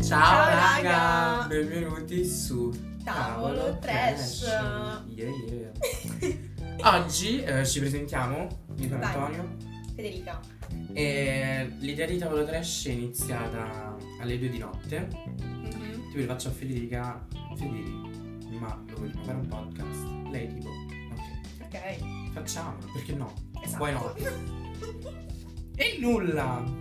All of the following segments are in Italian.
Ciao raga! Benvenuti su Tavolo Trash. Yeah. Oggi ci presentiamo. Io sono Vai. Antonio Federica. e l'idea di Tavolo Trash è iniziata alle 2 di notte. Tipo le faccio a Federica: Federica, ma lo vogliamo fare un podcast? Lei tipo: Ok. facciamolo, perché no? Esatto. Why not? E nulla.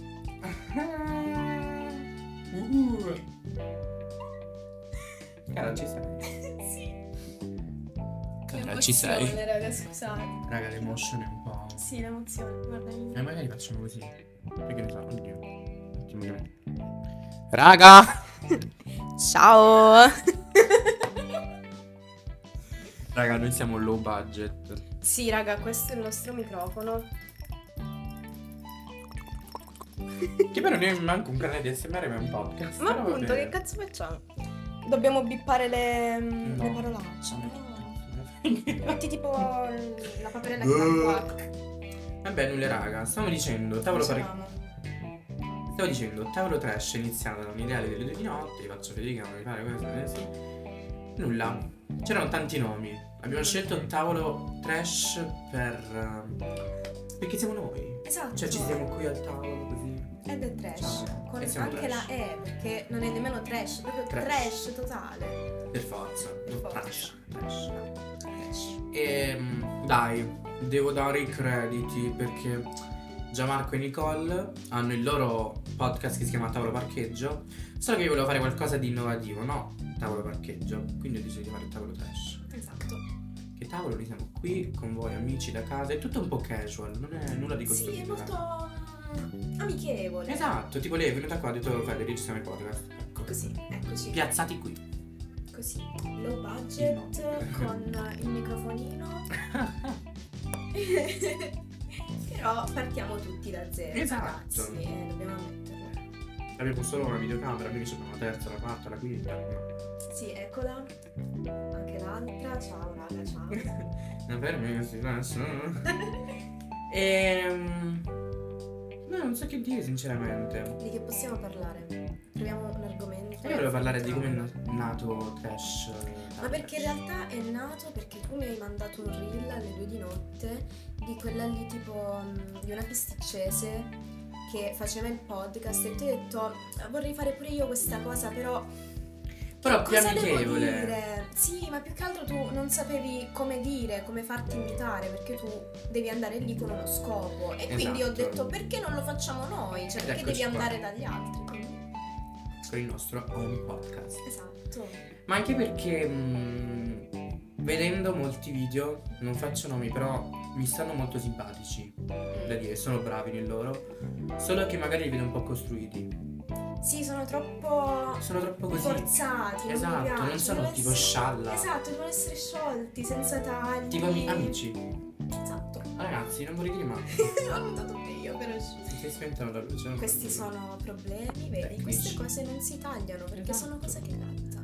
Cara, ci sei? Sì. Cara, ci sei? L'emozione, raga, scusate. Raga, l'emotion è un po'. Sì, l'emozione, guarda. E magari facciamo così. Perché ne so, oddio. Raga! Ciao. Raga, noi siamo low budget. Sì, raga, questo è il nostro microfono. Che però noi manco un canale di SMR ma è un podcast. Ma però appunto, vabbè. che cazzo facciamo? Dobbiamo bippare le No. parolacce. No. Metti tipo la paperella che fa il quack. Vabbè, nulla raga. Stavo dicendo, tavolo trash è iniziato da un'idea alle 2 di notte. Faccio Federica, non mi pare questo adesso. Nulla. C'erano tanti nomi. Abbiamo scelto tavolo trash perché siamo noi. Esatto. Cioè ci siamo qui al tavolo così. Ed è trash. Ciao. Con E siamo anche trash. la E, perché non è nemmeno trash, è proprio trash totale. Per forza. Per No, forza. trash. Trash. Dai, devo dare i crediti perché Gianmarco e Nicole hanno il loro podcast che si chiama Tavolo Parcheggio. Solo che io volevo fare qualcosa di innovativo, no? Tavolo Parcheggio. Quindi ho deciso di fare il tavolo trash. Esatto. Che tavolo, noi siamo qui con voi amici da casa. È tutto un po' casual, non è nulla di Sì, è costruito. molto amichevole. Esatto, tipo lei è venuta qua e ha detto Fede, registriamo il podcast. Ecco. Così, eccoci. Piazzati qui. Così. Low budget con il microfonino. Però partiamo tutti da zero. Esatto. Ragazzi, dobbiamo ammetterlo. Abbiamo solo una videocamera, noi abbiamo la terza, la quarta, la quinta. No. Sì, eccola. Anche l'altra. Ciao, raga, ciao. No, per me così adesso. No, non so che dire sinceramente. Di che possiamo parlare? Troviamo un argomento. Io volevo parlare di come è nato Trash. Ma perché in realtà è nato perché tu mi hai mandato un reel alle 2 di notte di quella lì tipo di una pasticcese che faceva il podcast e ti ho detto vorrei fare pure io questa cosa però Però più cosa devo amichevole. dire? Sì, ma più che altro tu non sapevi come dire, come farti invitare perché tu devi andare lì con uno scopo e quindi ho Esatto. detto perché non lo facciamo noi? Cioè Ed perché eccoci devi qua. andare dagli altri? Quindi, Con il nostro home podcast. esatto. Ma anche perché vedendo molti video, non faccio nomi, però mi stanno molto simpatici. Da dire, sono bravi nel loro. Solo che magari li vedo un po' costruiti. Sì, sono troppo Così. forzati, non mi Esatto, piace. non sono Devono tipo essere- scialla. Esatto, devono essere sciolti, senza tagli. Tipo amici. Esatto. Ragazzi, non vorrei dire mai. L'ho notato io, però sì. Si spentano la luce. non Questi vorrei dire. sono problemi, vedi? Tecnici. Queste cose non si tagliano perché Esatto. sono cose che grattano.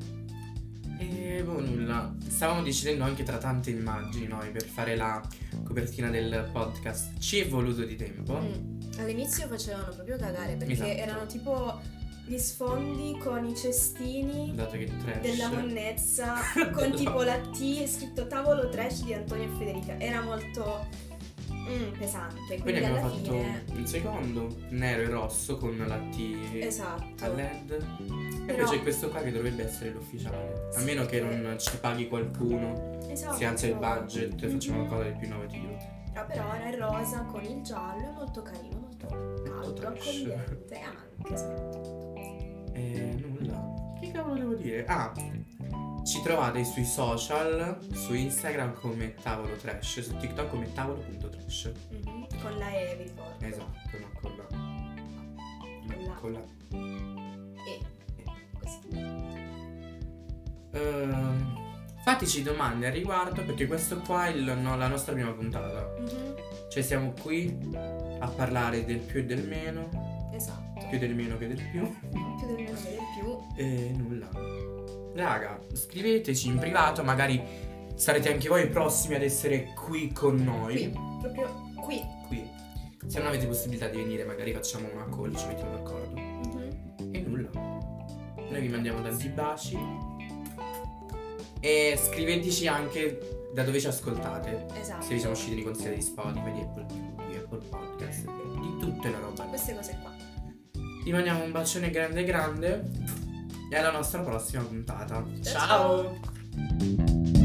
E boh, nulla. Stavamo decidendo anche tra tante immagini noi per fare la copertina del podcast. Ci è voluto di tempo. All'inizio facevano proprio cagare perché Esatto. erano tipo gli sfondi con i cestini Dato che trash. della monnezza con tipo la T e scritto tavolo trash di Antonio e Federica. Era molto pesante. Quindi Quindi abbiamo alla fatto fine. il secondo, nero e rosso con la T Esatto. a LED. E Però- poi c'è questo qua che dovrebbe essere l'ufficiale. A Sì, meno che perché- non ci paghi qualcuno, Esatto. si alza il budget e facciamo Mhm. qualcosa di più innovativo. Però era il rosa con il giallo, è molto carino, molto caldo, trash. accogliente e anche soprattutto. E nulla. Che cavolo devo dire? Ah, ci trovate sui social, su Instagram come Tavolo Trash, su TikTok come tavolo.trash. Con la E, vi ricordo. Esatto, no, con la. la- Con la. E. Così. Fateci domande a riguardo perché questo qua è la nostra prima puntata. Cioè siamo qui a parlare del più e del meno, Esatto. più del meno che del più. Più del meno che del più. E nulla. Raga, scriveteci in privato, magari sarete anche voi prossimi ad essere qui con noi. Qui, proprio qui. Qui. Se non avete possibilità di venire, magari facciamo una call, ci mettiamo d'accordo. E nulla. Noi vi mandiamo tanti baci. E scriveteci anche da dove ci ascoltate. Esatto. Se vi siamo usciti nei consigli di Spotify, di Apple Podcast, di tutte le robe. Queste cose qua. Vi mandiamo un bacione grande grande. E alla nostra prossima puntata. Ciao.